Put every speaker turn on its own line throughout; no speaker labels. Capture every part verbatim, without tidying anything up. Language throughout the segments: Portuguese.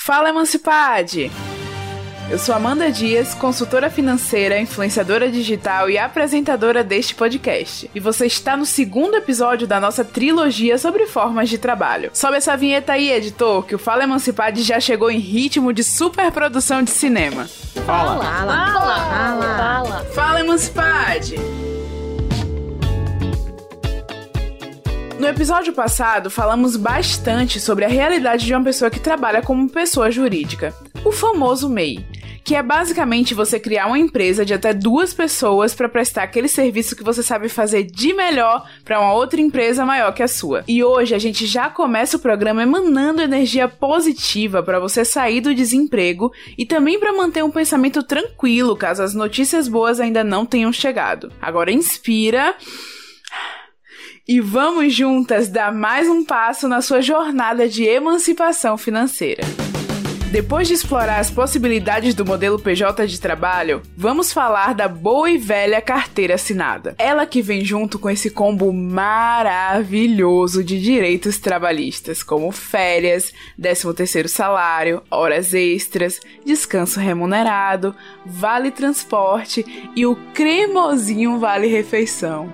Fala, Emancipade! Eu sou Amanda Dias, consultora financeira, influenciadora digital e apresentadora deste podcast. E você está no segundo episódio da nossa trilogia sobre formas de trabalho. Sobe essa vinheta aí, editor, que o Fala Emancipade já chegou em ritmo de superprodução de cinema.
Fala! Fala!
Fala! Fala!
Fala, Emancipade! No episódio passado, falamos bastante sobre a realidade de uma pessoa que trabalha como pessoa jurídica, o famoso M E I, que é basicamente você criar uma empresa de até duas pessoas para prestar aquele serviço que você sabe fazer de melhor para uma outra empresa maior que a sua. E hoje a gente já começa o programa emanando energia positiva para você sair do desemprego e também para manter um pensamento tranquilo caso as notícias boas ainda não tenham chegado. Agora inspira... E vamos juntas dar mais um passo na sua jornada de emancipação financeira. Depois de explorar as possibilidades do modelo P J de trabalho, vamos falar da boa e velha carteira assinada. Ela que vem junto com esse combo maravilhoso de direitos trabalhistas, como férias, décimo terceiro salário, horas extras, descanso remunerado, vale transporte e o cremosinho vale refeição.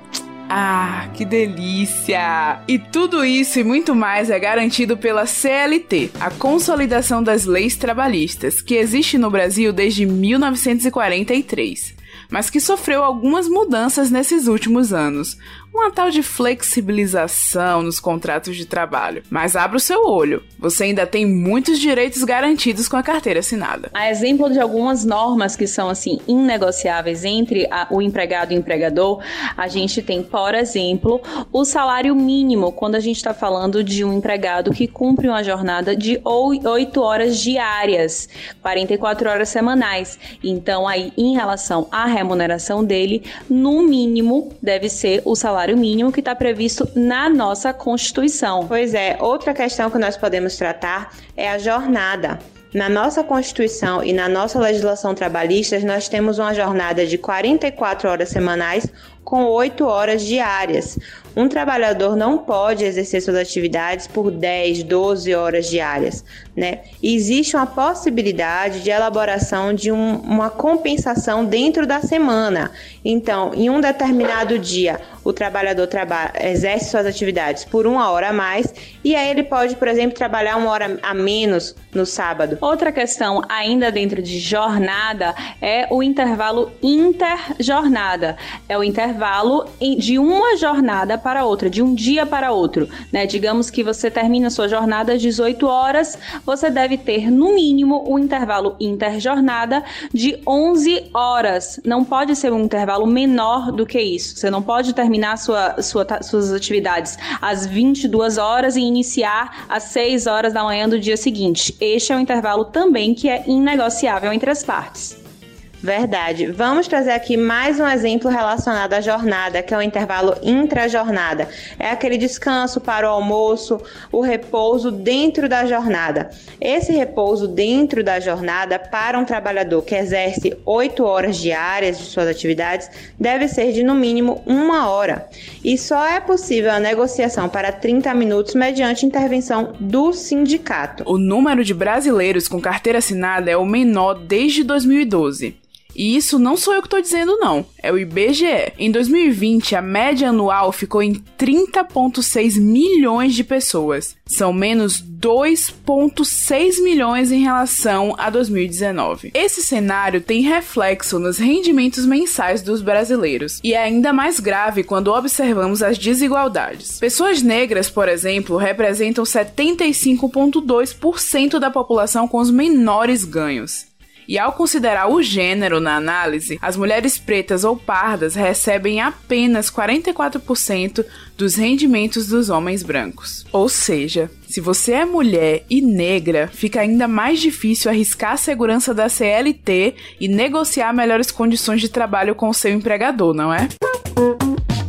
Ah, que delícia! E tudo isso e muito mais é garantido pela C L T, a Consolidação das Leis Trabalhistas, que existe no Brasil desde mil novecentos e quarenta e três, mas que sofreu algumas mudanças nesses últimos anos. Uma tal de flexibilização nos contratos de trabalho. Mas abra o seu olho, você ainda tem muitos direitos garantidos com a carteira assinada.
A exemplo de algumas normas que são, assim, inegociáveis entre a, o empregado e o empregador, a gente tem, por exemplo, o salário mínimo, quando a gente está falando de um empregado que cumpre uma jornada de oito horas diárias, quarenta e quatro horas semanais. Então, aí, em relação à remuneração dele, no mínimo, deve ser o salário mínimo que está previsto na nossa Constituição.
Pois é, outra questão que nós podemos tratar é a jornada. Na nossa Constituição e na nossa legislação trabalhista, nós temos uma jornada de quarenta e quatro horas semanais com oito horas diárias. Um trabalhador não pode exercer suas atividades por dez, doze horas diárias, né? E existe uma possibilidade de elaboração de um, uma compensação dentro da semana. Então, em um determinado dia, o trabalhador traba- exerce suas atividades por uma hora a mais e aí ele pode, por exemplo, trabalhar uma hora a menos no sábado.
Outra questão, ainda dentro de jornada, é o intervalo interjornada. É o intervalo de uma jornada para outra, de um dia para outro, né? Digamos que você termina sua jornada às dezoito horas, você deve ter, no mínimo, um intervalo interjornada de onze horas. Não pode ser um intervalo menor do que isso. Você não pode terminar sua, sua, suas atividades às vinte e duas horas e iniciar às seis horas da manhã do dia seguinte. Este é um intervalo também que é inegociável entre as partes.
Verdade. Vamos trazer aqui mais um exemplo relacionado à jornada, que é o intervalo intrajornada. É aquele descanso para o almoço, o repouso dentro da jornada. Esse repouso dentro da jornada para um trabalhador que exerce oito horas diárias de suas atividades deve ser de no mínimo uma hora. E só é possível a negociação para trinta minutos mediante intervenção do sindicato.
O número de brasileiros com carteira assinada é o menor desde dois mil e doze. E isso não sou eu que estou dizendo, não. É o I B G E. Em dois mil e vinte, a média anual ficou em trinta vírgula seis milhões de pessoas. São menos dois vírgula seis milhões em relação a dois mil e dezenove. Esse cenário tem reflexo nos rendimentos mensais dos brasileiros. E é ainda mais grave quando observamos as desigualdades. Pessoas negras, por exemplo, representam setenta e cinco vírgula dois por cento da população com os menores ganhos. E ao considerar o gênero na análise, as mulheres pretas ou pardas recebem apenas quarenta e quatro por cento dos rendimentos dos homens brancos. Ou seja, se você é mulher e negra, fica ainda mais difícil arriscar a segurança da C L T e negociar melhores condições de trabalho com o seu empregador, não é?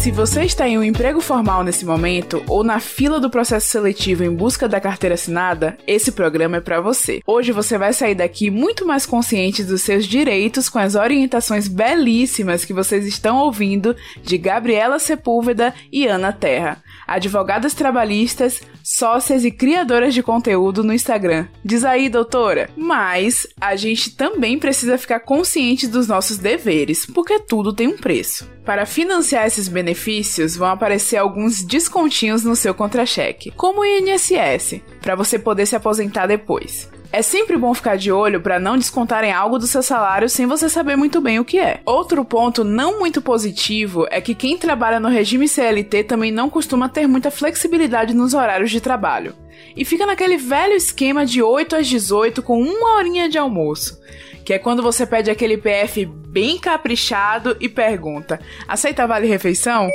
Se você está em um emprego formal nesse momento ou na fila do processo seletivo em busca da carteira assinada, esse programa é para você. Hoje você vai sair daqui muito mais consciente dos seus direitos com as orientações belíssimas que vocês estão ouvindo de Gabriela Sepúlveda e Ana Terra, advogadas trabalhistas, sócias e criadoras de conteúdo no Instagram. Diz aí, doutora. Mas a gente também precisa ficar consciente dos nossos deveres, porque tudo tem um preço. Para financiar esses benefícios, vão aparecer alguns descontinhos no seu contra-cheque, como o I N S S, para você poder se aposentar depois. É sempre bom ficar de olho para não descontarem algo do seu salário sem você saber muito bem o que é. Outro ponto não muito positivo é que quem trabalha no regime C L T também não costuma ter muita flexibilidade nos horários de trabalho. E fica naquele velho esquema de oito às dezoito com uma horinha de almoço, que é quando você pede aquele P F bem caprichado e pergunta: aceita vale-refeição?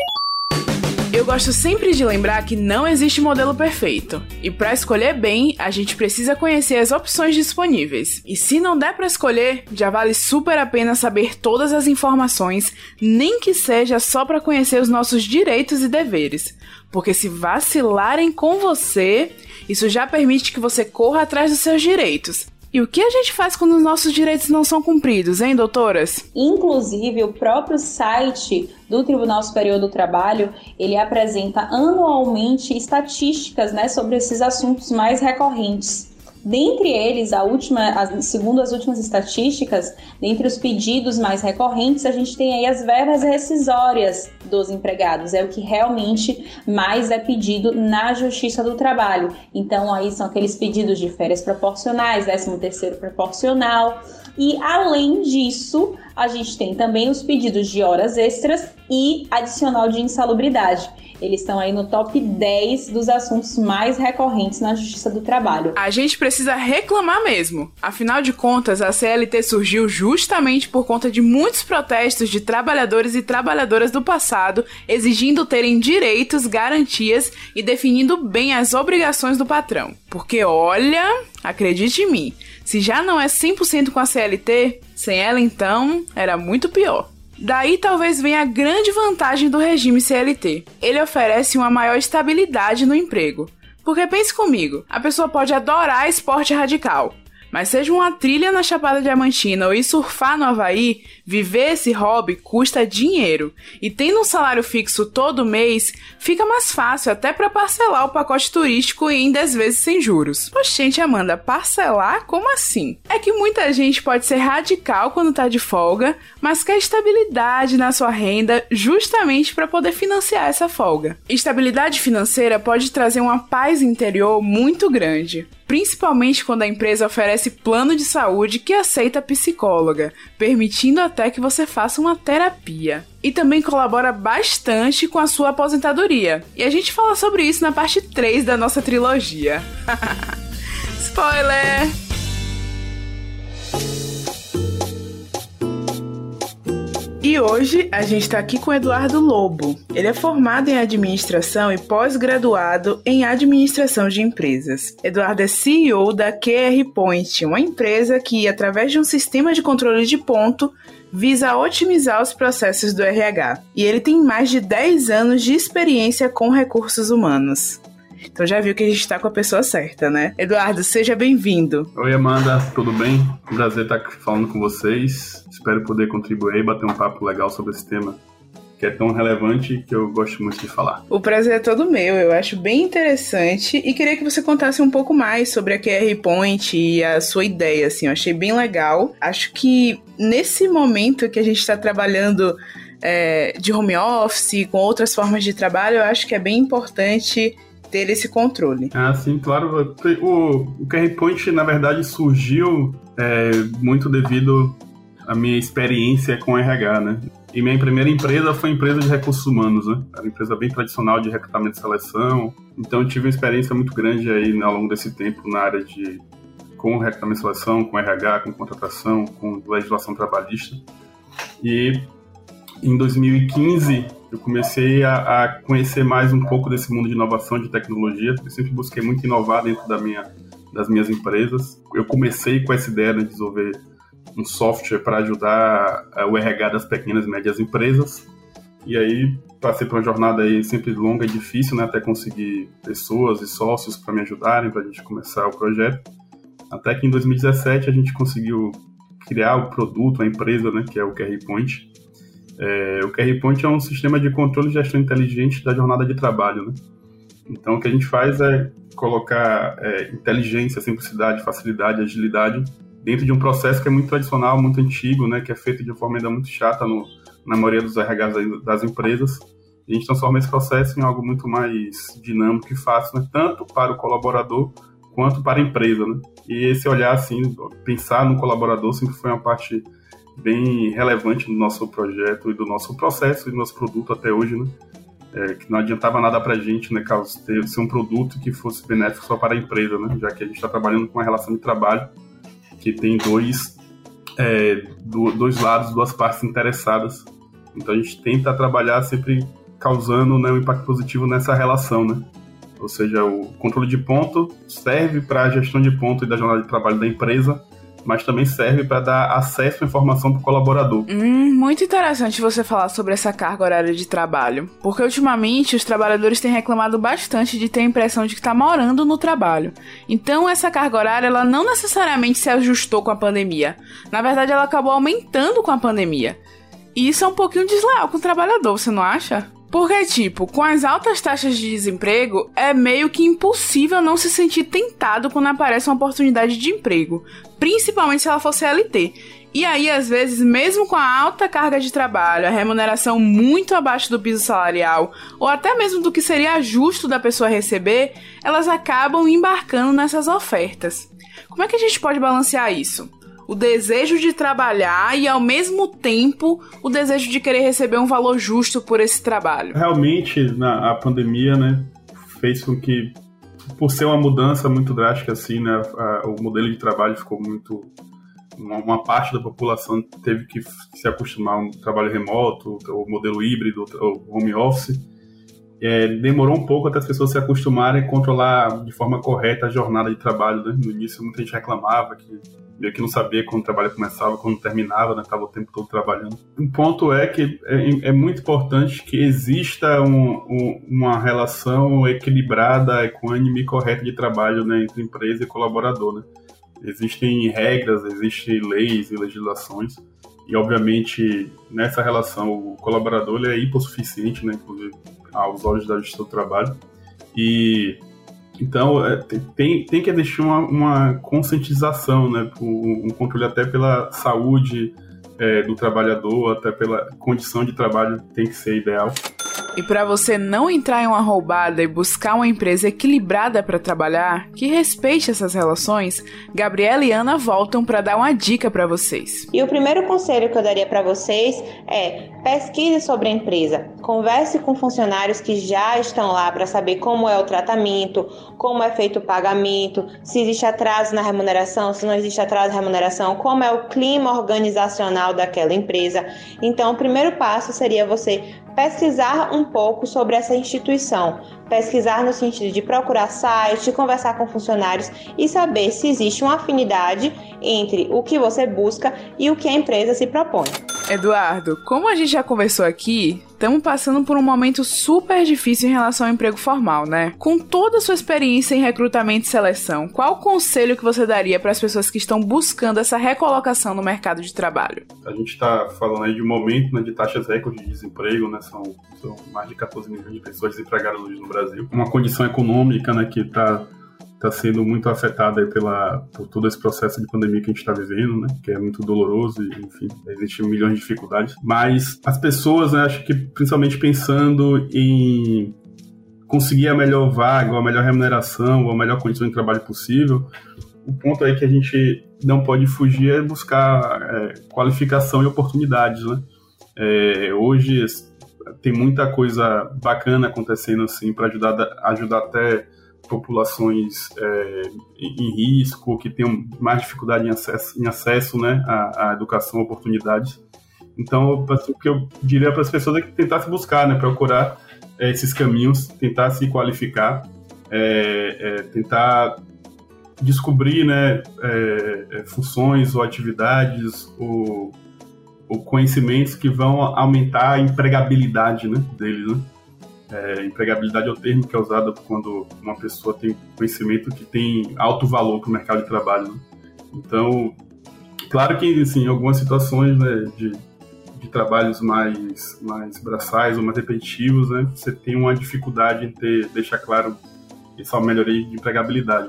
Eu gosto sempre de lembrar que não existe modelo perfeito, e para escolher bem, a gente precisa conhecer as opções disponíveis. E se não der para escolher, já vale super a pena saber todas as informações, nem que seja só para conhecer os nossos direitos e deveres. Porque se vacilarem com você, isso já permite que você corra atrás dos seus direitos. E o que a gente faz quando os nossos direitos não são cumpridos, hein, doutoras?
Inclusive, o próprio site do Tribunal Superior do Trabalho, ele apresenta anualmente estatísticas, né, sobre esses assuntos mais recorrentes. Dentre eles, a última, a, segundo as últimas estatísticas, dentre os pedidos mais recorrentes, a gente tem aí as verbas rescisórias dos empregados. É o que realmente mais é pedido na Justiça do Trabalho. Então, aí são aqueles pedidos de férias proporcionais, décimo terceiro proporcional. E, além disso, a gente tem também os pedidos de horas extras e adicional de insalubridade. Eles estão aí no top dez dos assuntos mais recorrentes na Justiça do Trabalho.
A gente precisa reclamar mesmo. Afinal de contas, a C L T surgiu justamente por conta de muitos protestos de trabalhadores e trabalhadoras do passado, exigindo terem direitos, garantias e definindo bem as obrigações do patrão. Porque, olha, acredite em mim, se já não é cem por cento com a C L T, sem ela então, era muito pior. Daí talvez venha a grande vantagem do regime C L T. Ele oferece uma maior estabilidade no emprego. Porque pense comigo, a pessoa pode adorar esporte radical, mas seja uma trilha na Chapada Diamantina ou ir surfar no Havaí, viver esse hobby custa dinheiro. E tendo um salário fixo todo mês, fica mais fácil até para parcelar o pacote turístico e em dez vezes sem juros. Oxente, Amanda, parcelar? Como assim? É que muita gente pode ser radical quando tá de folga, mas quer estabilidade na sua renda justamente para poder financiar essa folga. Estabilidade financeira pode trazer uma paz interior muito grande, principalmente quando a empresa oferece plano de saúde que aceita psicóloga, permitindo até que você faça uma terapia. E também colabora bastante com a sua aposentadoria. E a gente fala sobre isso na parte três da nossa trilogia. Spoiler! E hoje a gente está aqui com o Eduardo Lobo. Ele é formado em administração e pós-graduado em administração de empresas. Eduardo é C E O da Q R Point, uma empresa que, através de um sistema de controle de ponto, visa otimizar os processos do R H. E ele tem mais de dez anos de experiência com recursos humanos. Então já viu que a gente está com a pessoa certa, né? Eduardo, seja bem-vindo.
Oi, Amanda, tudo bem? Um prazer estar falando com vocês. Espero poder contribuir e bater um papo legal sobre esse tema, que é tão relevante que eu gosto muito de falar.
O prazer é todo meu, eu acho bem interessante e queria que você contasse um pouco mais sobre a Q R Point e a sua ideia, assim, eu achei bem legal. Acho que nesse momento que a gente está trabalhando é, de home office, com outras formas de trabalho, eu acho que é bem importante ter esse controle.
Ah, sim, claro. O, o Q R Point, na verdade, surgiu é, muito devido à minha experiência com R H, né? E minha primeira empresa foi empresa de recursos humanos, né? Era uma empresa bem tradicional de recrutamento e seleção. Então, eu tive uma experiência muito grande aí, né, ao longo desse tempo na área de... com recrutamento e seleção, com R H, com contratação, com legislação trabalhista. E em dois mil e quinze, eu comecei a, a conhecer mais um pouco desse mundo de inovação, de tecnologia. Eu sempre busquei muito inovar dentro da minha, das minhas empresas. Eu comecei com essa ideia de desenvolver um software para ajudar o R H das pequenas e médias empresas. E aí passei por uma jornada aí sempre longa e difícil, né, até conseguir pessoas e sócios para me ajudarem, para a gente começar o projeto. Até que em dois mil e dezessete a gente conseguiu criar o produto, a empresa, né, que é o Q R Point. É, o Q R Point é um sistema de controle e gestão inteligente da jornada de trabalho, né? Então, o que a gente faz é colocar é, inteligência, simplicidade, facilidade, agilidade dentro de um processo que é muito tradicional, muito antigo, né, que é feito de forma ainda muito chata no, na maioria dos R Hs das empresas. E a gente transforma esse processo em algo muito mais dinâmico e fácil, né, tanto para o colaborador quanto para a empresa, né? E esse olhar, assim, pensar no colaborador sempre foi uma parte bem relevante do nosso projeto e do nosso processo e do nosso produto até hoje, né? É, que não adiantava nada para a gente, né, Carlos, ter, ser um produto que fosse benéfico só para a empresa, né? Já que a gente está trabalhando com uma relação de trabalho que tem dois, é, do, dois lados, duas partes interessadas. Então a gente tenta trabalhar sempre causando, né, um impacto positivo nessa relação, né? Ou seja, o controle de ponto serve para a gestão de ponto e da jornada de trabalho da empresa, mas também serve para dar acesso à informação para o colaborador.
Hum, muito interessante você falar sobre essa carga horária de trabalho, porque ultimamente os trabalhadores têm reclamado bastante de ter a impressão de que está morando no trabalho. Então essa carga horária ela não necessariamente se ajustou com a pandemia. Na verdade, ela acabou aumentando com a pandemia. E isso é um pouquinho desleal com o trabalhador, você não acha? Porque, tipo, com as altas taxas de desemprego, é meio que impossível não se sentir tentado quando aparece uma oportunidade de emprego, principalmente se ela for C L T. E aí, às vezes, mesmo com a alta carga de trabalho, a remuneração muito abaixo do piso salarial, ou até mesmo do que seria justo da pessoa receber, elas acabam embarcando nessas ofertas. Como é que a gente pode balancear isso? O desejo de trabalhar e, ao mesmo tempo, o desejo de querer receber um valor justo por esse trabalho.
Realmente, na, a pandemia, né, fez com que, por ser uma mudança muito drástica, assim, né, a, o modelo de trabalho ficou muito... Uma, uma parte da população teve que se acostumar a um trabalho remoto, o modelo híbrido, o home office. É, demorou um pouco até as pessoas se acostumarem a controlar de forma correta a jornada de trabalho, né? No início, muita gente reclamava que meio que não sabia quando o trabalho começava, quando terminava, né? Estava o tempo todo trabalhando. Um ponto é que é, é muito importante que exista um, um, uma relação equilibrada, equânime e correta de trabalho, né, entre empresa e colaborador, né? Existem regras, existem leis e legislações e, obviamente, nessa relação o colaborador ele é hipossuficiente, né, inclusive aos olhos da Justiça do Trabalho. E então é, tem, tem que existir uma, uma conscientização, né, um, um controle até pela saúde é, do trabalhador, até pela condição de trabalho tem que ser ideal.
E para você não entrar em uma roubada e buscar uma empresa equilibrada para trabalhar, que respeite essas relações, Gabriela e Ana voltam para dar uma dica para vocês.
E o primeiro conselho que eu daria para vocês é: pesquise sobre a empresa, converse com funcionários que já estão lá para saber como é o tratamento, como é feito o pagamento, se existe atraso na remuneração, se não existe atraso na remuneração, como é o clima organizacional daquela empresa. Então, o primeiro passo seria você pesquisar um pouco sobre essa instituição, pesquisar no sentido de procurar sites, de conversar com funcionários e saber se existe uma afinidade entre o que você busca e o que a empresa se propõe.
Eduardo, como a gente já conversou aqui, estamos passando por um momento super difícil em relação ao emprego formal, né? Com toda a sua experiência em recrutamento e seleção, qual o conselho que você daria para as pessoas que estão buscando essa recolocação no mercado de trabalho?
A gente está falando aí de um momento, né, de taxas recordes de desemprego, né? São, são mais de quatorze milhões de pessoas desempregadas hoje no Brasil. Uma condição econômica, né, que está tá sendo muito afetada aí pela, por todo esse processo de pandemia que a gente está vivendo, né, que é muito doloroso e, enfim, existem milhões de dificuldades. Mas as pessoas, né, acho que principalmente pensando em conseguir a melhor vaga, ou a melhor remuneração, ou a melhor condição de trabalho possível, o ponto aí que a gente não pode fugir é buscar é, qualificação e oportunidades, né? É, hoje tem muita coisa bacana acontecendo assim para ajudar, ajudar até populações é, em risco, que tenham mais dificuldade em acesso, em acesso, né, à, à educação, oportunidades. Então, o que eu diria para as pessoas é que tentar se buscar, né, procurar é, esses caminhos, tentar se qualificar, é, é, tentar descobrir, né, é, é, funções ou atividades ou, ou conhecimentos que vão aumentar a empregabilidade, né, deles, né? É, empregabilidade é o termo que é usado quando uma pessoa tem conhecimento que tem alto valor para o mercado de trabalho, né? Então, claro que, assim, em algumas situações, né, de, de trabalhos mais, mais braçais ou mais repetitivos, né, você tem uma dificuldade em ter, deixar claro essa melhoria de empregabilidade.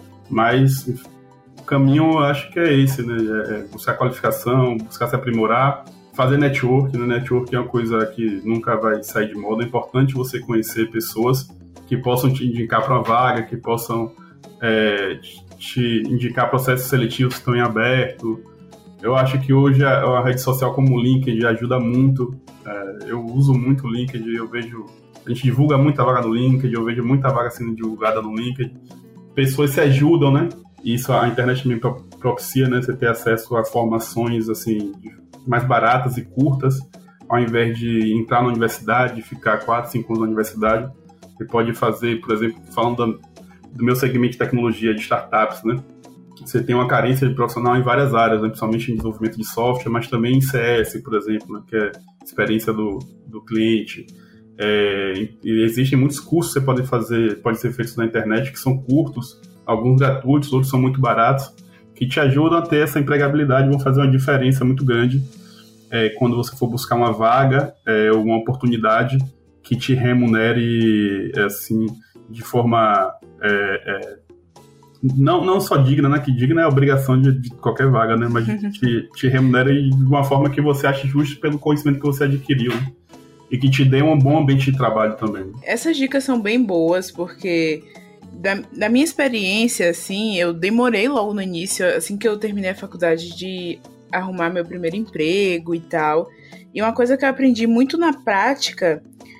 Mas o caminho, eu acho que é esse, né? É buscar qualificação, buscar se aprimorar, fazer network, né? Network é uma coisa que nunca vai sair de moda. É importante você conhecer pessoas que possam te indicar para uma vaga, que possam é, te indicar processos seletivos que estão em aberto. Eu acho que hoje a, a rede social como o LinkedIn ajuda muito. É, eu uso muito o LinkedIn, eu vejo... A gente divulga muita vaga no LinkedIn, eu vejo muita vaga sendo divulgada no LinkedIn. Pessoas se ajudam, né? E isso a internet me propicia, né? Você ter acesso a formações, assim, mais baratas e curtas, ao invés de entrar na universidade, ficar quatro, cinco anos na universidade. Você pode fazer, por exemplo, falando do, do meu segmento de tecnologia, de startups, né? Você tem uma carência de profissional em várias áreas, né? Principalmente em desenvolvimento de software, mas também em C S, por exemplo, né? Que é experiência do, do cliente. É, e existem muitos cursos que você pode fazer, podem ser feitos na internet, que são curtos, alguns gratuitos, outros são muito baratos, que te ajudam a ter essa empregabilidade, vão fazer uma diferença muito grande é, quando você for buscar uma vaga, é, uma oportunidade que te remunere assim, de forma é, é, não, não só digna, né? Que digna é a obrigação de, de qualquer vaga, né? Mas te, te remunere de uma forma que você ache justo pelo conhecimento que você adquiriu, né? E que te dê um bom ambiente de trabalho também.
Essas dicas são bem boas, porque da, da minha experiência, assim, eu demorei logo no início, assim que eu terminei a faculdade, de arrumar meu primeiro emprego e tal. E uma coisa que eu aprendi muito na prática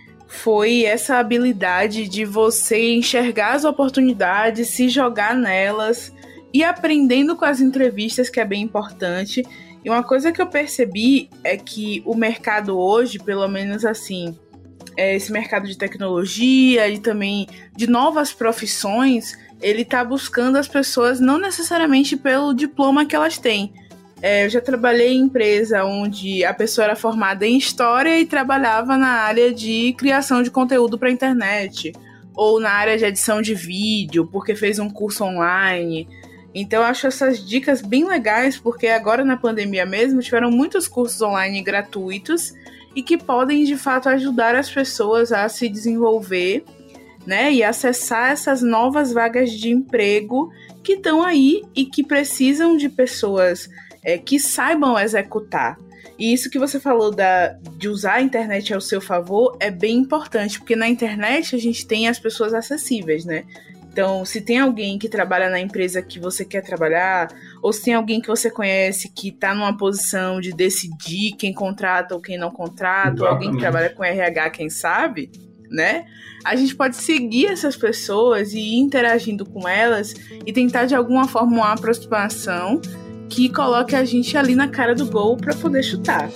foi essa habilidade de você enxergar as oportunidades, se jogar nelas e aprendendo com as entrevistas, que é bem importante. E uma coisa que eu percebi é que o mercado hoje, pelo menos assim, é esse mercado de tecnologia e também de novas profissões, ele está buscando as pessoas não necessariamente pelo diploma que elas têm. É, eu já trabalhei em empresa onde a pessoa era formada em história e trabalhava na área de criação de conteúdo para a internet, ou na área de edição de vídeo, porque fez um curso online. Então eu acho essas dicas bem legais, porque agora na pandemia mesmo tiveram muitos cursos online gratuitos e que podem de fato ajudar as pessoas a se desenvolver, né, e acessar essas novas vagas de emprego que estão aí e que precisam de pessoas é, que saibam executar. E isso que você falou da, de usar a internet ao seu favor é bem importante, porque na internet a gente tem as pessoas acessíveis, né? Então, se tem alguém que trabalha na empresa que você quer trabalhar, ou se tem alguém que você conhece que está numa posição de decidir quem contrata ou quem não contrata, Exatamente. Ou alguém que trabalha com R H, quem sabe, né? A gente pode seguir essas pessoas e ir interagindo com elas e tentar, de alguma forma, uma aproximação que coloque a gente ali na cara do gol para poder chutar.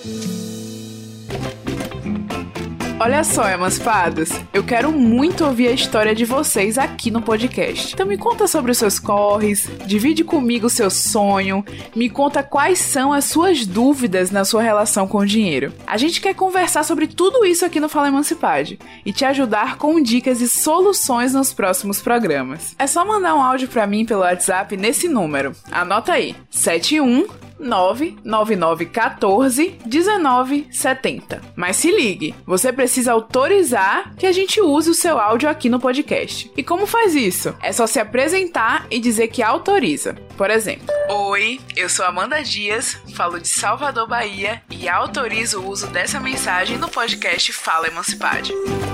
Olha só, emancipados, eu quero muito ouvir a história de vocês aqui no podcast. Então me conta sobre os seus corres, divide comigo o seu sonho, me conta quais são as suas dúvidas na sua relação com o dinheiro. A gente quer conversar sobre tudo isso aqui no Fala Emancipade e te ajudar com dicas e soluções nos próximos programas. É só mandar um áudio pra mim pelo WhatsApp nesse número. Anota aí, sete um nove nove nove um quatro um nove sete zero. Mas se ligue, você precisa autorizar que a gente use o seu áudio aqui no podcast. E como faz isso? É só se apresentar e dizer que autoriza. Por exemplo: Oi, eu sou Amanda Dias, falo de Salvador, Bahia, e autorizo o uso dessa mensagem no podcast Fala Emancipade.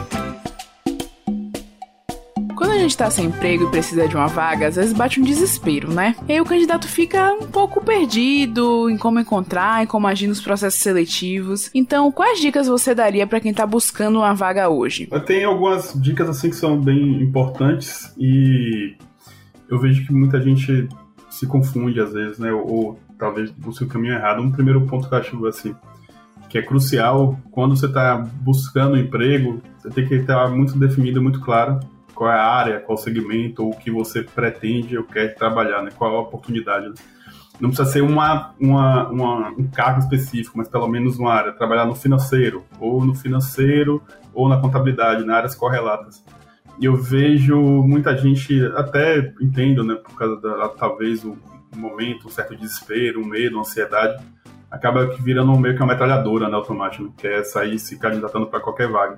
Quando a gente tá sem emprego e precisa de uma vaga, às vezes bate um desespero, né? E aí o candidato fica um pouco perdido em como encontrar, em como agir nos processos seletivos. Então, quais dicas você daria pra quem tá buscando uma vaga hoje?
Eu tenho algumas dicas assim que são bem importantes e eu vejo que muita gente se confunde às vezes, né? Ou, ou talvez busque o caminho errado. Um primeiro ponto que eu acho assim, que é crucial, quando você tá buscando um emprego, você tem que estar muito definido, muito claro qual é a área, qual o segmento, ou o que você pretende ou quer trabalhar, né? Qual é a oportunidade, né? Não precisa ser uma, uma, uma, um cargo específico, mas pelo menos uma área. Trabalhar no financeiro, ou no financeiro, ou na contabilidade, nas áreas correlatas. E eu vejo muita gente, até entendo, né, por causa da, talvez, o momento, um certo desespero, um medo, uma ansiedade, acaba virando meio que uma metralhadora, né, automática, né, que é sair se candidatando para qualquer vaga.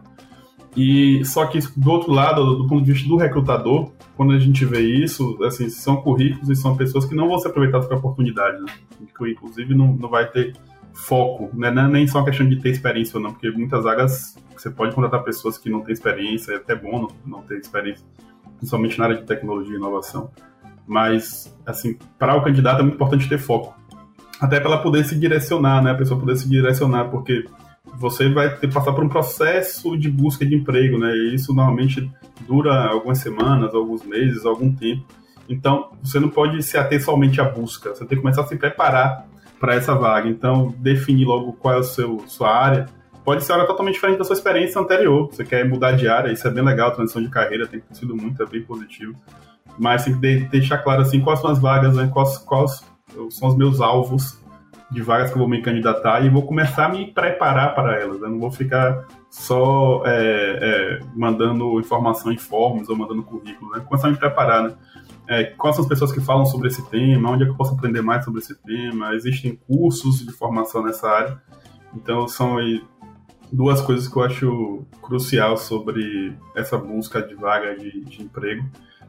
E só que, do outro lado, do ponto de vista do recrutador, quando a gente vê isso, assim, são currículos e são pessoas que não vão ser aproveitadas para oportunidade, né? Que, inclusive, não, não vai ter foco, né? Não é nem só uma questão de ter experiência ou não, porque muitas vagas você pode contratar pessoas que não têm experiência, é até bom não, não ter experiência, principalmente na área de tecnologia e inovação. Mas, assim, para o candidato é muito importante ter foco, até para ela poder se direcionar, né? A pessoa poder se direcionar, porque você vai ter que passar por um processo de busca de emprego, né? E isso normalmente dura algumas semanas, alguns meses, algum tempo. Então, você não pode se ater somente à busca. Você tem que começar a se preparar para essa vaga. Então, definir logo qual é a seu, sua área. Pode ser uma área totalmente diferente da sua experiência anterior. Você quer mudar de área, isso é bem legal, a transição de carreira tem sido muito, é bem positivo. Mas tem que deixar claro assim, quais são as vagas, né? quais, quais são os meus alvos de vagas que eu vou me candidatar e vou começar a me preparar para elas. Eu não vou ficar só é, é, mandando informação em forms ou mandando currículo, né? Começar a me preparar, né? É, quais são as pessoas que falam sobre esse tema, onde é que eu posso aprender mais sobre esse tema, existem cursos de formação nessa área. Então, são aí duas coisas que eu acho crucial sobre essa busca de vaga de, de emprego.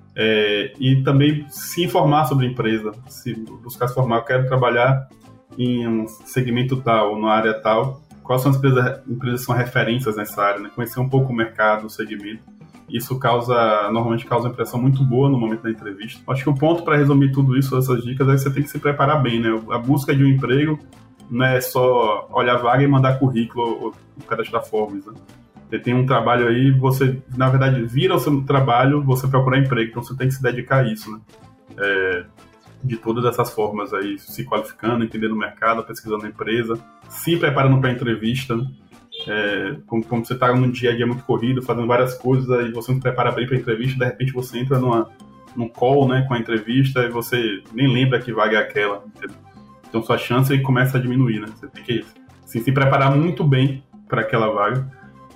É, e também se informar sobre a empresa, se buscar se formar, eu quero trabalhar em um segmento tal, ou na área tal, quais são as empresas, empresas que são referências nessa área, né? Conhecer um pouco o mercado, o segmento. Isso causa, normalmente causa uma impressão muito boa no momento da entrevista. Acho que o ponto para resumir tudo isso, essas dicas, é que você tem que se preparar bem, né? A busca de um emprego não é só olhar a vaga e mandar currículo ou, ou cadastrar formas, né? Você tem um trabalho aí, você, na verdade, vira o seu trabalho, você procurar emprego, então você tem que se dedicar a isso, né? É, de todas essas formas aí, se qualificando, entendendo o mercado, pesquisando a empresa, se preparando para a entrevista, né? É, como, como você está num dia a dia muito corrido, fazendo várias coisas, aí você não se prepara bem para a entrevista, de repente você entra numa, num call, né, com a entrevista e você nem lembra que vaga é aquela, entendeu? Então sua chance começa a diminuir, né? Você tem que assim, se preparar muito bem para aquela vaga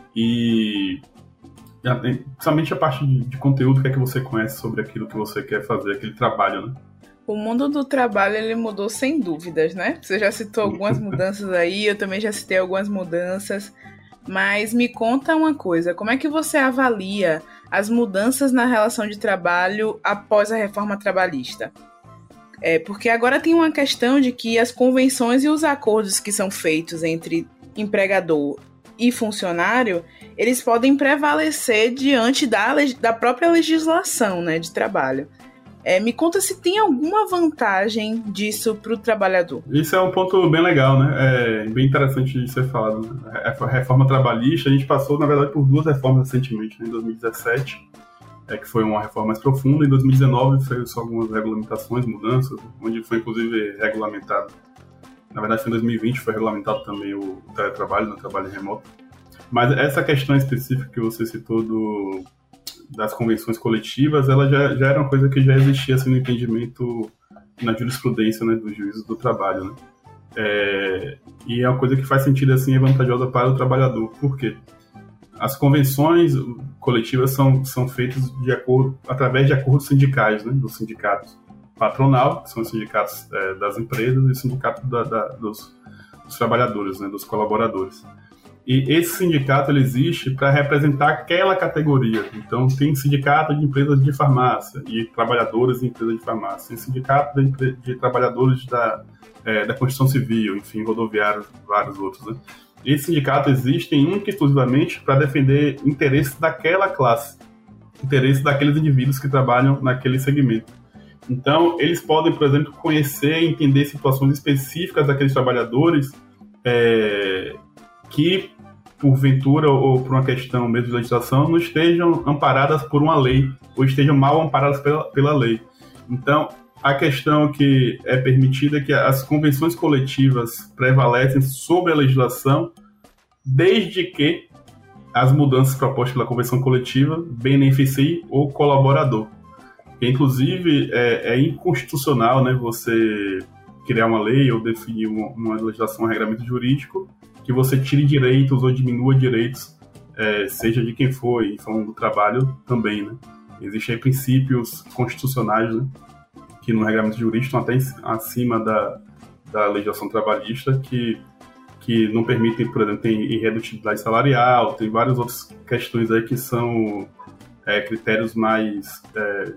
e principalmente a parte de, de conteúdo que é que você conhece sobre aquilo que você quer fazer, aquele trabalho, né?
O mundo do trabalho, ele mudou sem dúvidas, né? Você já citou algumas mudanças aí, eu também já citei algumas mudanças, mas me conta uma coisa, como é que você avalia as mudanças na relação de trabalho após a reforma trabalhista? É, porque agora tem uma questão de que as convenções e os acordos que são feitos entre empregador e funcionário, eles podem prevalecer diante da, da própria legislação, né, de trabalho. É, me conta se tem alguma vantagem disso para o trabalhador.
Isso é um ponto bem legal, né? É bem interessante de ser falado. Né? A reforma trabalhista, a gente passou, na verdade, por duas reformas recentemente, né? Em dois mil e dezessete, é, que foi uma reforma mais profunda, em dois mil e dezenove foi só algumas regulamentações, mudanças, onde foi inclusive regulamentado. Na verdade, foi em dois mil e vinte, foi regulamentado também o teletrabalho, no trabalho remoto. Mas essa questão específica que você citou do... das convenções coletivas, ela já, já era uma coisa que já existia assim, no entendimento na jurisprudência, né, dos juízes do trabalho, né? É, e é uma coisa que faz sentido assim, é vantajosa para o trabalhador. Por quê? As convenções coletivas são, são feitas de acordo, através de acordos sindicais, né, dos sindicatos patronal, que são os sindicatos é, das empresas, e o sindicato da, da, dos, dos trabalhadores, né, dos colaboradores. E esse sindicato ele existe para representar aquela categoria. Então, tem sindicato de empresas de farmácia e trabalhadores de empresas de farmácia. Tem sindicato de, de trabalhadores da, é, da construção civil, enfim, rodoviários, vários outros. Né? Esse sindicato existe única e exclusivamente para defender interesses daquela classe, interesses daqueles indivíduos que trabalham naquele segmento. Então, eles podem, por exemplo, conhecer e entender situações específicas daqueles trabalhadores é, que, porventura ou por uma questão mesmo de legislação, não estejam amparadas por uma lei ou estejam mal amparadas pela, pela lei. Então, a questão que é permitida é que as convenções coletivas prevalecem sobre a legislação, desde que as mudanças propostas pela convenção coletiva beneficiem o colaborador. E, inclusive, é, é inconstitucional, né, você criar uma lei ou definir uma, uma legislação, um regulamento jurídico que você tire direitos ou diminua direitos, é, seja de quem for, e falando do trabalho também, né? Existem aí princípios constitucionais, né, que no regulamento jurídico estão até acima da, da legislação trabalhista, que, que não permitem, por exemplo, tem irredutibilidade salarial, tem várias outras questões aí que são é, critérios mais... É,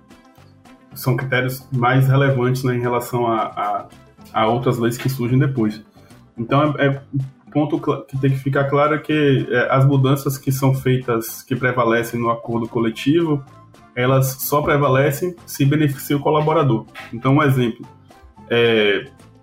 são critérios mais relevantes, né, em relação a, a, a outras leis que surgem depois. Então, é, é ponto que tem que ficar claro é que é, as mudanças que são feitas, que prevalecem no acordo coletivo, elas só prevalecem se beneficiam o colaborador. Então, um exemplo, é,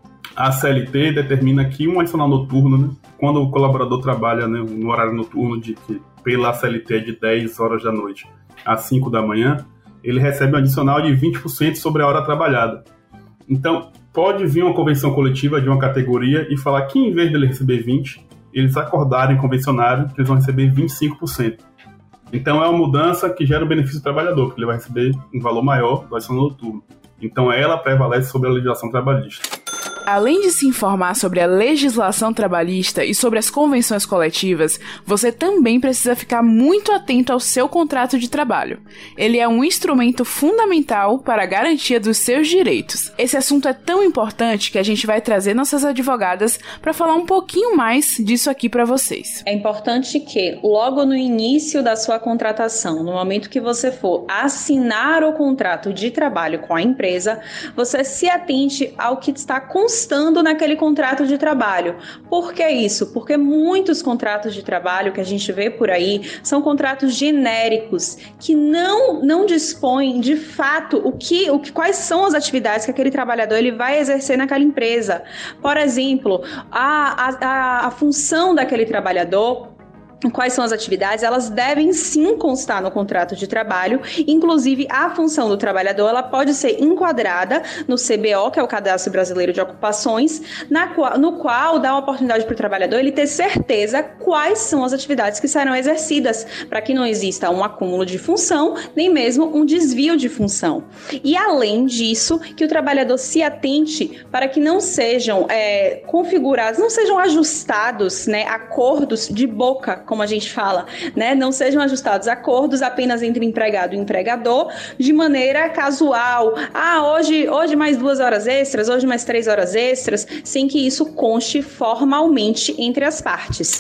a C L T determina que um adicional noturno, né, quando o colaborador trabalha, né, no horário noturno, de que pela C L T é de dez horas da noite às cinco da manhã, ele recebe um adicional de vinte por cento sobre a hora trabalhada. Então, pode vir uma convenção coletiva de uma categoria e falar que, em vez dele receber vinte por cento, eles acordarem convencionário que eles vão receber vinte e cinco por cento. Então, é uma mudança que gera o benefício do trabalhador, porque ele vai receber um valor maior do adicional noturno. Então, ela prevalece sobre a legislação trabalhista.
Além de se informar sobre a legislação trabalhista e sobre as convenções coletivas, você também precisa ficar muito atento ao seu contrato de trabalho. Ele é um instrumento fundamental para a garantia dos seus direitos. Esse assunto é tão importante que a gente vai trazer nossas advogadas para falar um pouquinho mais disso aqui para vocês.
É importante que, logo no início da sua contratação, no momento que você for assinar o contrato de trabalho com a empresa, você se atente ao que está constando naquele contrato de trabalho. Por que isso? Porque muitos contratos de trabalho que a gente vê por aí são contratos genéricos que não, não dispõem de fato o que, o que, quais são as atividades que aquele trabalhador ele vai exercer naquela empresa. Por exemplo, a, a, a função daquele trabalhador. Quais são as atividades? Elas devem sim constar no contrato de trabalho, inclusive a função do trabalhador ela pode ser enquadrada no C B O, que é o Cadastro Brasileiro de Ocupações, na qual, no qual dá uma oportunidade para o trabalhador ele ter certeza quais são as atividades que serão exercidas, para que não exista um acúmulo de função, nem mesmo um desvio de função. E além disso, que o trabalhador se atente para que não sejam é, configurados, não sejam ajustados, né, acordos de boca, como a gente fala, né? Não sejam ajustados acordos apenas entre empregado e empregador de maneira casual. Ah, hoje, hoje mais duas horas extras, hoje mais três horas extras, sem que isso conste formalmente entre as partes.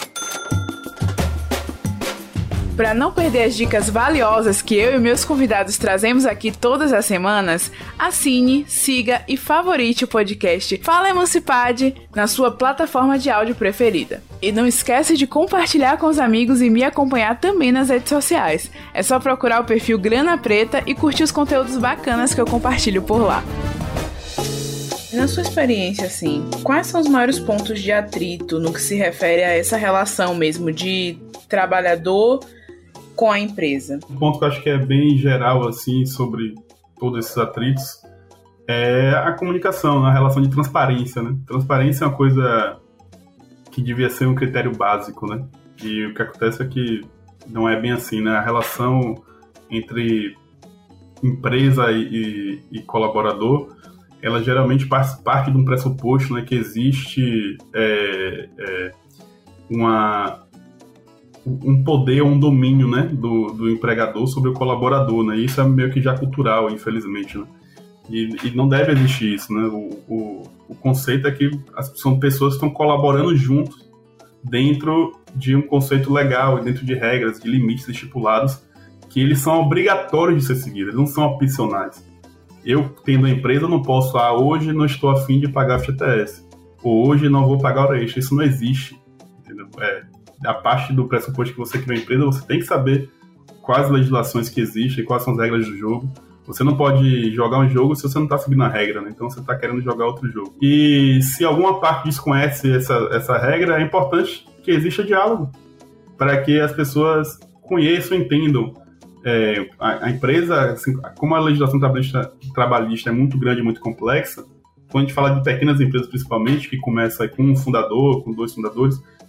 Para não perder as dicas valiosas que eu e meus convidados trazemos aqui todas as semanas, assine, siga e favorite o podcast Fala Emancipade na sua plataforma de áudio preferida. E não esquece de compartilhar com os amigos e me acompanhar também nas redes sociais. É só procurar o perfil Grana Preta e curtir os conteúdos bacanas que eu compartilho por lá. Na sua experiência, assim, quais são os maiores pontos de atrito no que se refere a essa relação mesmo de trabalhador com a empresa?
Um ponto que eu acho que é bem geral, assim, sobre todos esses atritos é a comunicação, a relação de transparência, né? Transparência é uma coisa que devia ser um critério básico, né? E o que acontece é que não é bem assim, né? A relação entre empresa e, e, e colaborador, ela geralmente parte, parte de um pressuposto, né? Que existe é, é, uma... um poder, um domínio, né, do, do empregador sobre o colaborador, né, isso é meio que já cultural, infelizmente, né, e, e não deve existir isso, né, o, o, o conceito é que as, são pessoas que estão colaborando juntos dentro de um conceito legal, dentro de regras, de limites estipulados, que eles são obrigatórios de ser seguidos, eles não são opcionais. Eu, tendo a empresa, não posso, ah, hoje não estou a fim de pagar F G T S, ou hoje não vou pagar hora extra, isso não existe, entendeu? É, a parte do pressuposto que você cria uma empresa, você tem que saber quais legislações que existem, quais são as regras do jogo. Você não pode jogar um jogo se você não está seguindo a regra, né? Então você está querendo jogar outro jogo. E se alguma parte desconhece essa, essa regra, é importante que exista diálogo para que as pessoas conheçam, entendam. É, a, a empresa, assim, como a legislação trabalhista, trabalhista é muito grande e muito complexa, quando a gente fala de pequenas empresas principalmente, que começa com um fundador, com dois fundadores,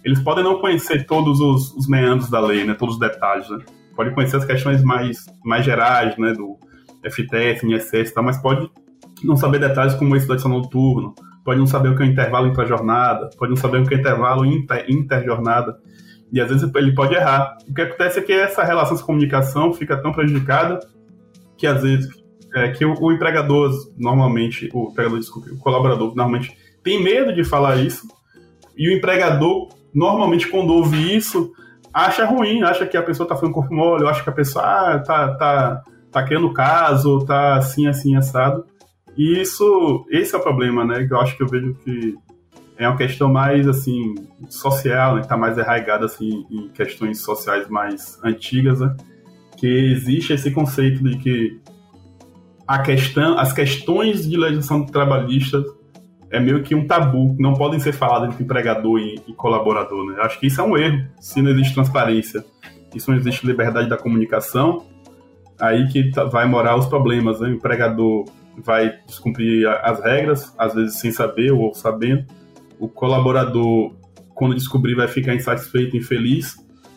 eles podem não conhecer todos os, os meandros da lei, né, todos os detalhes, né? Pode conhecer as questões mais, mais gerais, né, do F T S, I N S S e tal, mas pode não saber detalhes como esse do adicional noturno, pode não saber o que é o intervalo intra-jornada, pode não saber o que é o intervalo inter, inter-jornada, e às vezes ele pode errar. O que acontece é que essa relação de comunicação fica tão prejudicada que às vezes é, que o, o empregador, normalmente, o empregador, desculpe, o colaborador, normalmente tem medo de falar isso, e o empregador, normalmente, quando ouve isso, acha ruim, acha que a pessoa tá falando corpo mole, acha que a pessoa ah, tá, tá, tá criando caso, tá assim, assim, assado. E isso, esse é o problema, né? Que eu acho que eu vejo que é uma questão mais, assim, social, né? Que tá mais arraigada, assim, em questões sociais mais antigas, né? Que existe esse conceito de que a questão, as questões de legislação trabalhista é meio que um tabu, não podem ser faladas entre empregador e, e colaborador, né? Acho que isso é um erro, se não existe transparência, se não existe liberdade da comunicação, aí que vai morar os problemas, né? O empregador vai descumprir as regras, às vezes sem saber ou sabendo, o colaborador, quando descobrir, vai ficar insatisfeito, infeliz.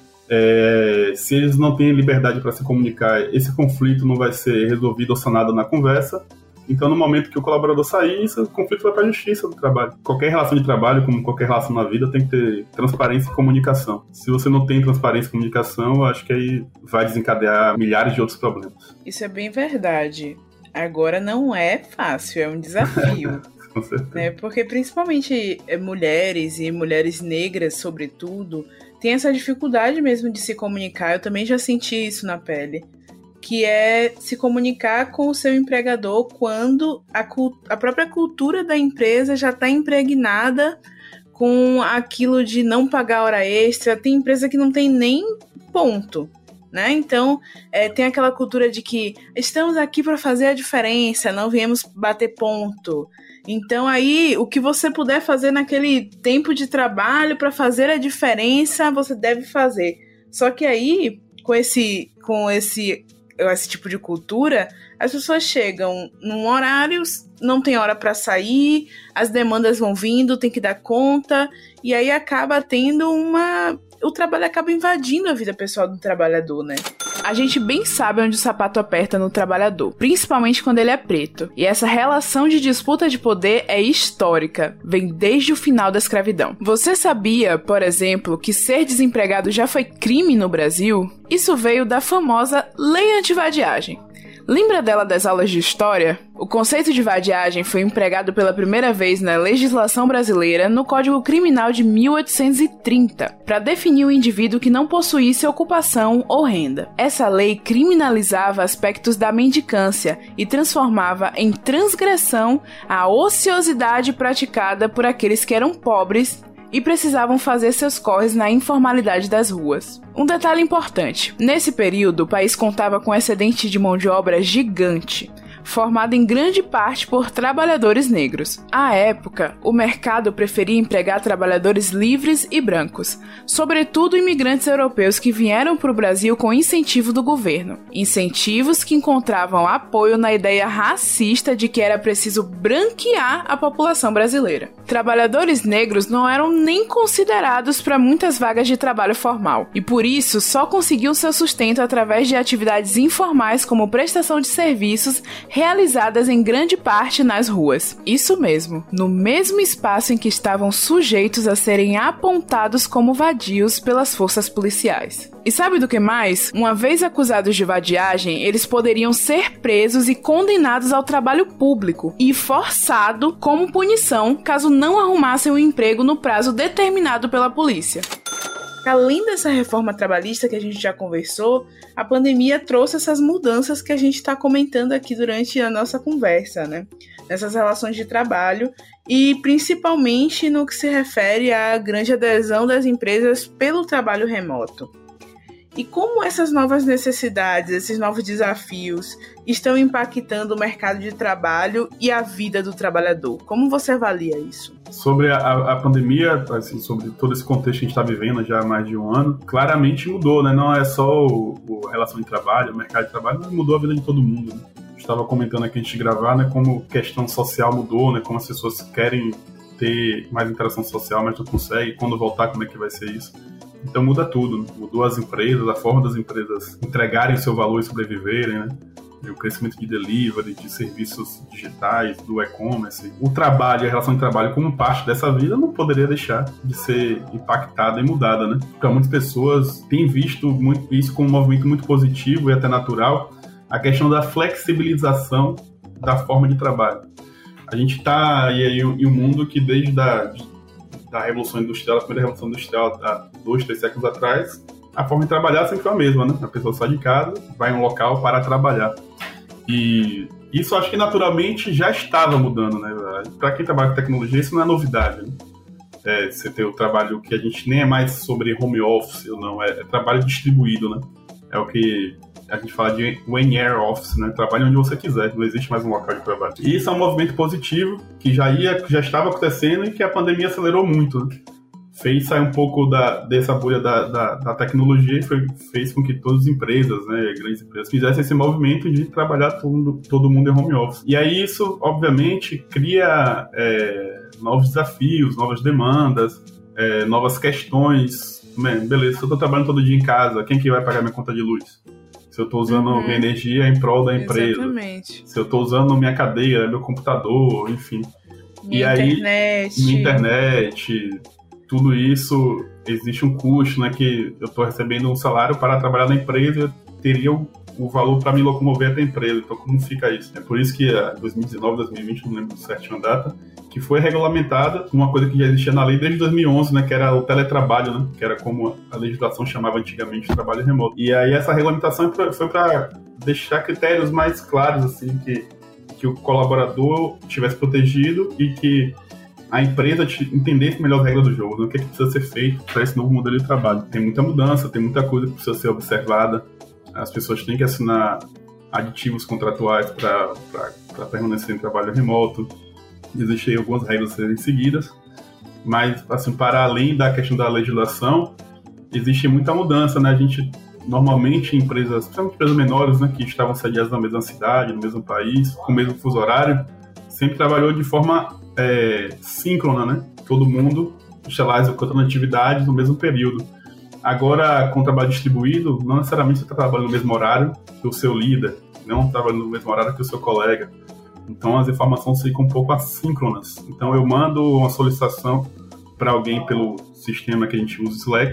É, se eles não têm liberdade para se comunicar, esse conflito não vai ser resolvido ou sanado na conversa. Então, no momento que o colaborador sair, esse conflito vai para a justiça do trabalho. Qualquer relação de trabalho, como qualquer relação na vida, tem que ter transparência e comunicação. Se você não tem transparência e comunicação, eu acho que aí vai desencadear milhares de outros problemas.
Isso é bem verdade. Agora, não é fácil, é um desafio.
Com certeza.
Né? Porque, principalmente, mulheres e mulheres negras, sobretudo, têm essa dificuldade mesmo de se comunicar. Eu também já senti isso na pele. Que é se comunicar com o seu empregador quando a, a própria cultura da empresa já está impregnada com aquilo de não pagar hora extra. Tem empresa que não tem nem ponto, né? Então, é, tem aquela cultura de que estamos aqui para fazer a diferença, não viemos bater ponto. Então, aí, o que você puder fazer naquele tempo de trabalho para fazer a diferença, você deve fazer. Só que aí, com esse... Com esse esse tipo de cultura, as pessoas chegam num horário, não tem hora para sair, as demandas vão vindo, tem que dar conta, e aí acaba tendo uma... O trabalho acaba invadindo a vida pessoal do trabalhador, né? A gente bem sabe onde o sapato aperta no trabalhador, principalmente quando ele é preto. E essa relação de disputa de poder é histórica, vem desde o final da escravidão. Você sabia, por exemplo, que ser desempregado já foi crime no Brasil? Isso veio da famosa Lei Antivadiagem. Lembra dela das aulas de história? O conceito de vadiagem foi empregado pela primeira vez na legislação brasileira no Código Criminal de mil oitocentos e trinta, para definir o indivíduo que não possuísse ocupação ou renda. Essa lei criminalizava aspectos da mendicância e transformava em transgressão a ociosidade praticada por aqueles que eram pobres e precisavam fazer seus corres na informalidade das ruas. Um detalhe importante: nesse período, o país contava com um excedente de mão de obra gigante, formado em grande parte por trabalhadores negros. À época, o mercado preferia empregar trabalhadores livres e brancos, sobretudo imigrantes europeus que vieram para o Brasil com incentivo do governo. Incentivos que encontravam apoio na ideia racista de que era preciso branquear a população brasileira. Trabalhadores negros não eram nem considerados para muitas vagas de trabalho formal, e por isso só conseguiam seu sustento através de atividades informais como prestação de serviços realizadas em grande parte nas ruas. Isso mesmo, no mesmo espaço em que estavam sujeitos a serem apontados como vadios pelas forças policiais. E sabe do que mais? Uma vez acusados de vadiagem, eles poderiam ser presos e condenados ao trabalho público e forçado como punição caso não arrumassem um emprego no prazo determinado pela polícia. Além dessa reforma trabalhista que a gente já conversou, a pandemia trouxe essas mudanças que a gente está comentando aqui durante a nossa conversa, né? Nessas relações de trabalho e principalmente no que se refere à grande adesão das empresas pelo trabalho remoto. E como essas novas necessidades, esses novos desafios estão impactando o mercado de trabalho e a vida do trabalhador? Como você avalia isso?
Sobre a, a pandemia, assim, sobre todo esse contexto que a gente está vivendo já há mais de um ano, claramente mudou, né? Não é só o, o a relação de trabalho, o mercado de trabalho, mas mudou a vida de todo mundo, né? Estava comentando aqui antes de gravar, né, como questão social mudou, né, como as pessoas querem ter mais interação social, mas não consegue. Quando voltar, como é que vai ser isso? Então muda tudo, né? Mudou as empresas, a forma das empresas entregarem seu valor e sobreviverem, né? O crescimento de delivery, de serviços digitais, do e-commerce. O trabalho, a relação de trabalho como parte dessa vida não poderia deixar de ser impactada e mudada, né? Para muitas pessoas têm visto muito isso como um movimento muito positivo e até natural, a questão da flexibilização da forma de trabalho. A gente está aí em um mundo que desde a da Revolução Industrial, a primeira Revolução Industrial há dois, três séculos atrás, a forma de trabalhar sempre foi a mesma, né? A pessoa sai de casa, vai em um local para trabalhar. E isso acho que naturalmente já estava mudando, né? Para quem trabalha com tecnologia, isso não é novidade, né? É, você tem o trabalho que a gente nem é mais sobre home office, não, é, é trabalho distribuído, né? É o que a gente fala de anywhere office, né? Trabalho onde você quiser, não existe mais um local de trabalho. E isso é um movimento positivo que já, ia, já estava acontecendo e que a pandemia acelerou muito, né? Fez sair um pouco da, dessa bolha da, da, da tecnologia e foi, fez com que todas as empresas, né, grandes empresas, fizessem esse movimento de trabalhar todo, todo mundo em home office. E aí isso, obviamente, cria é, novos desafios, novas demandas, é, novas questões. Man, beleza, se eu estou trabalhando todo dia em casa, quem que vai pagar minha conta de luz? Se eu estou usando uhum. minha energia em prol da empresa.
Exatamente.
Se eu estou usando minha cadeira, meu computador, enfim.
Minha
e
internet.
Aí, minha internet... Tudo isso, existe um custo, né, que eu estou recebendo um salário para trabalhar na empresa, eu teria o, o valor para me locomover até a empresa. Então, como fica isso? É por isso que em dois mil e dezenove, dois mil e vinte, não lembro certinho a data, que foi regulamentada uma coisa que já existia na lei desde dois mil e onze, né, que era o teletrabalho, né, que era como a legislação chamava antigamente de trabalho remoto. E aí essa regulamentação foi para deixar critérios mais claros, assim, que, que o colaborador estivesse protegido e que a empresa entendesse melhor as regras do jogo, né? O que, é que precisa ser feito para esse novo modelo de trabalho. Tem muita mudança, tem muita coisa que precisa ser observada, as pessoas têm que assinar aditivos contratuais para permanecer em trabalho remoto, existem algumas regras a serem seguidas, mas, assim, para além da questão da legislação, existe muita mudança, né? A gente, normalmente, empresas, principalmente empresas menores, né, que estavam sediadas na mesma cidade, no mesmo país, com o mesmo fuso horário, sempre trabalhou de forma É, síncrona, né? Todo mundo está lá executando atividades no mesmo período. Agora, com o trabalho distribuído, não necessariamente você está trabalhando no mesmo horário que o seu líder, não está trabalhando no mesmo horário que o seu colega. Então, as informações ficam um pouco assíncronas. Então, eu mando uma solicitação para alguém pelo sistema que a gente usa, Slack.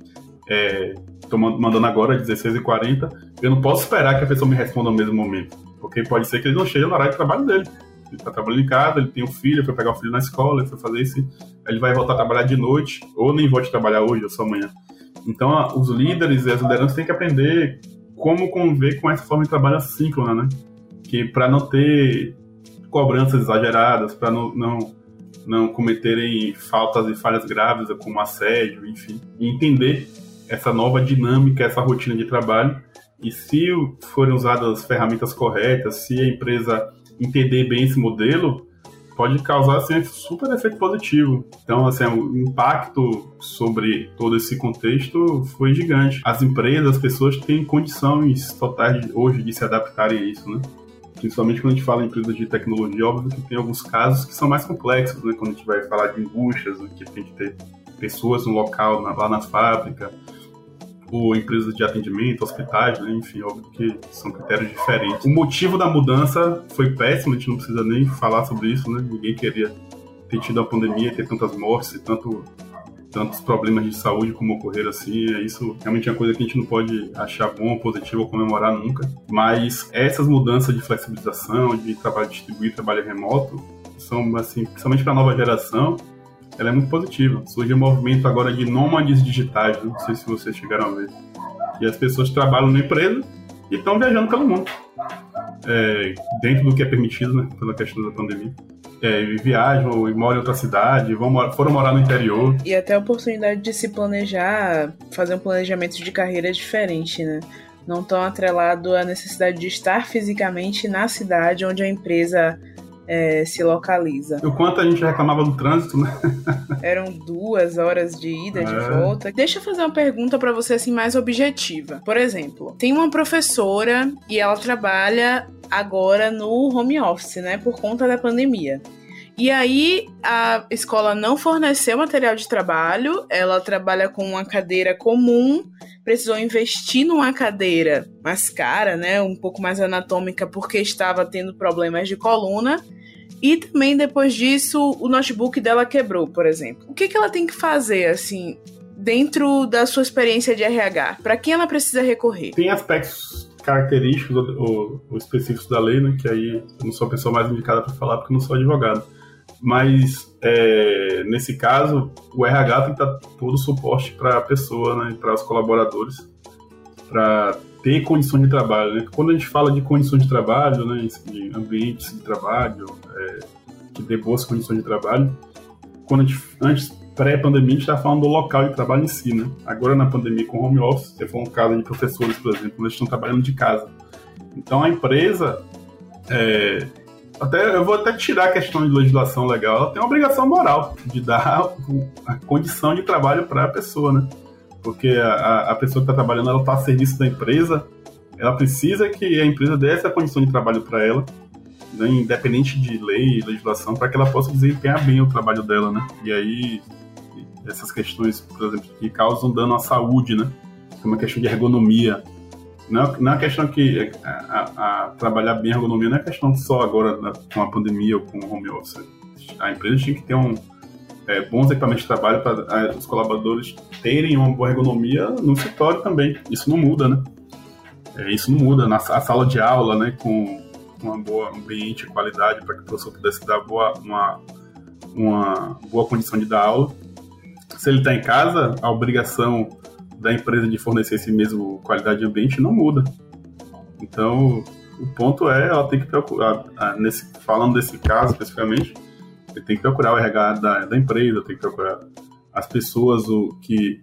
Estou é, mandando agora, às dezesseis e quarenta. Eu não posso esperar que a pessoa me responda no mesmo momento, porque pode ser que ele não chegue no horário de trabalho dele. Ele está trabalhando em casa, ele tem um filho, foi pegar o filho na escola, ele foi fazer isso, ele vai voltar a trabalhar de noite, ou nem volte trabalhar hoje, ou só amanhã. Então, os líderes e as lideranças têm que aprender como conviver com essa forma de trabalho assíncrona, né? Que para não ter cobranças exageradas, para não, não, não cometerem faltas e falhas graves, como assédio, enfim. E entender essa nova dinâmica, essa rotina de trabalho. E se forem usadas as ferramentas corretas, se a empresa entender bem esse modelo, pode causar, assim, um super efeito positivo. Então, assim, o impacto sobre todo esse contexto foi gigante. As empresas, as pessoas têm condições totais de, hoje de se adaptarem a isso, né? Principalmente quando a gente fala em empresas de tecnologia, óbvio que tem alguns casos que são mais complexos, né? Quando a gente vai falar de indústrias, que tem que ter pessoas no local, na, lá na fábrica, ou empresas de atendimento, hospitais, né? Enfim, óbvio que são critérios diferentes. O motivo da mudança foi péssimo, a gente não precisa nem falar sobre isso, né? Ninguém queria ter tido a pandemia, ter tantas mortes e tanto, tantos problemas de saúde como ocorreram assim. Isso realmente é uma coisa que a gente não pode achar bom, positivo ou comemorar nunca. Mas essas mudanças de flexibilização, de trabalho distribuído, trabalho remoto, são, assim, principalmente para a nova geração, ela é muito positiva. Surge um movimento agora de nômades digitais, não sei se vocês chegaram a ver. E as pessoas trabalham na empresa e estão viajando pelo mundo. É, dentro do que é permitido, né, pela questão da pandemia. É, viajam e moram em outra cidade, vão, foram morar no interior.
E até a oportunidade de se planejar, fazer um planejamento de carreira diferente, né? Não tão atrelado à necessidade de estar fisicamente na cidade onde a empresa É, se localiza.
O quanto a gente reclamava do trânsito, né?
Eram duas horas de ida e é. de volta. Deixa eu fazer uma pergunta pra você, assim, mais objetiva. Por exemplo, tem uma professora e ela trabalha agora no home office, né? Por conta da pandemia. E aí a escola não forneceu material de trabalho, ela trabalha com uma cadeira comum, precisou investir numa cadeira mais cara, né, um pouco mais anatômica, porque estava tendo problemas de coluna. E também, depois disso, o notebook dela quebrou, por exemplo. O que, que ela tem que fazer, assim, dentro da sua experiência de R H? Para quem ela precisa recorrer?
Tem aspectos característicos ou, ou, ou específicos da lei, né? Que aí eu não sou a pessoa mais indicada para falar, porque eu não sou advogado. Mas, é, nesse caso, o R H tem que dar todo o suporte para a pessoa, né? Para os colaboradores, para ter condições de trabalho, né? Quando a gente fala de condições de trabalho, né, de ambientes de trabalho, é, que dê boas condições de trabalho, quando a gente, antes, pré-pandemia, a gente estava falando do local de trabalho em si, né? Agora, na pandemia, com home office, você for um caso de professores, por exemplo, eles estão trabalhando de casa. Então, a empresa, é, até, eu vou até tirar a questão de legislação legal, ela tem uma obrigação moral de dar a condição de trabalho para a pessoa, né? Porque a, a pessoa que está trabalhando, ela está a serviço da empresa, ela precisa que a empresa dê essa condição de trabalho para ela, né, independente de lei e legislação, para que ela possa desempenhar bem o trabalho dela, né? E aí, essas questões, por exemplo, que causam dano à saúde, né? É uma questão de ergonomia. Não, não é uma questão que a, a, a trabalhar bem a ergonomia não é questão só agora, né, com a pandemia ou com o home office. A empresa tinha que ter um É, bons equipamentos de trabalho para os colaboradores terem uma boa ergonomia no escritório também. Isso não muda, né? É, isso não muda. Na a sala de aula, né, com uma boa ambiente e qualidade para que o professor pudesse dar boa, uma, uma boa condição de dar aula. Se ele está em casa, a obrigação da empresa de fornecer esse mesmo qualidade de ambiente não muda. Então, o ponto é, ela tem que procurar, nesse, falando desse caso especificamente, você tem que procurar o R H da, da empresa, tem que procurar as pessoas o, que,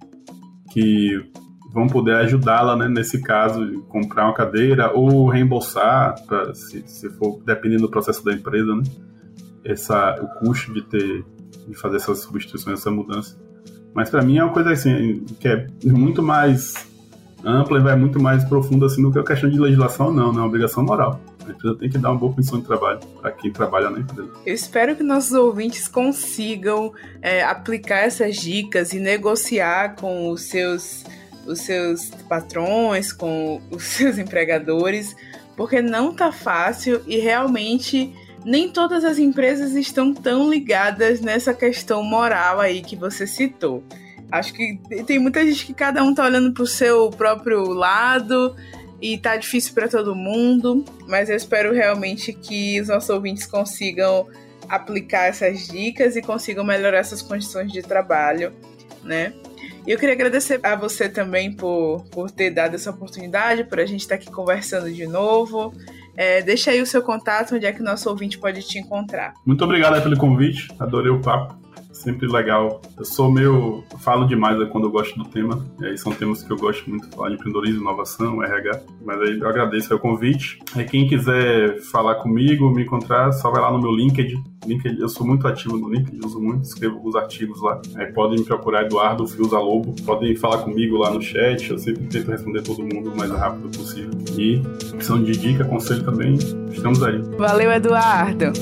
que vão poder ajudá-la, né, nesse caso, comprar uma cadeira ou reembolsar, pra, se, se for dependendo do processo da empresa, né, essa, o custo de, ter, de fazer essas substituições, essa mudança. Mas para mim é uma coisa assim, que é muito mais ampla e vai muito mais profunda assim, do que a questão de legislação, não, não é uma obrigação moral. A empresa tem que dar uma boa condição de trabalho para quem trabalha na empresa.
Eu espero que nossos ouvintes consigam é, aplicar essas dicas e negociar com os seus, os seus patrões, com os seus empregadores, porque não tá fácil e realmente nem todas as empresas estão tão ligadas nessa questão moral aí que você citou. Acho que tem muita gente que cada um tá olhando pro seu próprio lado e tá difícil para todo mundo, mas eu espero realmente que os nossos ouvintes consigam aplicar essas dicas e consigam melhorar essas condições de trabalho, né? E eu queria agradecer a você também por, por ter dado essa oportunidade, por a gente estar aqui conversando de novo. É, deixa aí o seu contato, onde é que o nosso ouvinte pode te encontrar.
Muito obrigado pelo convite, adorei o papo. Sempre legal. Eu sou meio... falo demais né, quando eu gosto do tema. E aí são temas que eu gosto muito de falar de empreendedorismo, inovação, R H. Mas aí eu agradeço o convite. E quem quiser falar comigo, me encontrar, só vai lá no meu LinkedIn. LinkedIn eu sou muito ativo no LinkedIn, uso muito, escrevo alguns artigos lá. Aí podem me procurar, Eduardo Fiuza Lobo. Podem falar comigo lá no chat. Eu sempre tento responder todo mundo o mais rápido possível. E opção de dica, conselho também, estamos aí.
Valeu, Eduardo!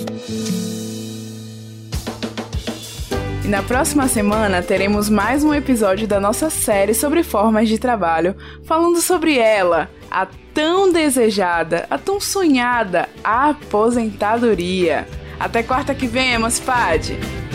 E na próxima semana teremos mais um episódio da nossa série sobre formas de trabalho, falando sobre ela, a tão desejada, a tão sonhada aposentadoria. Até quarta que vem, Emancipade!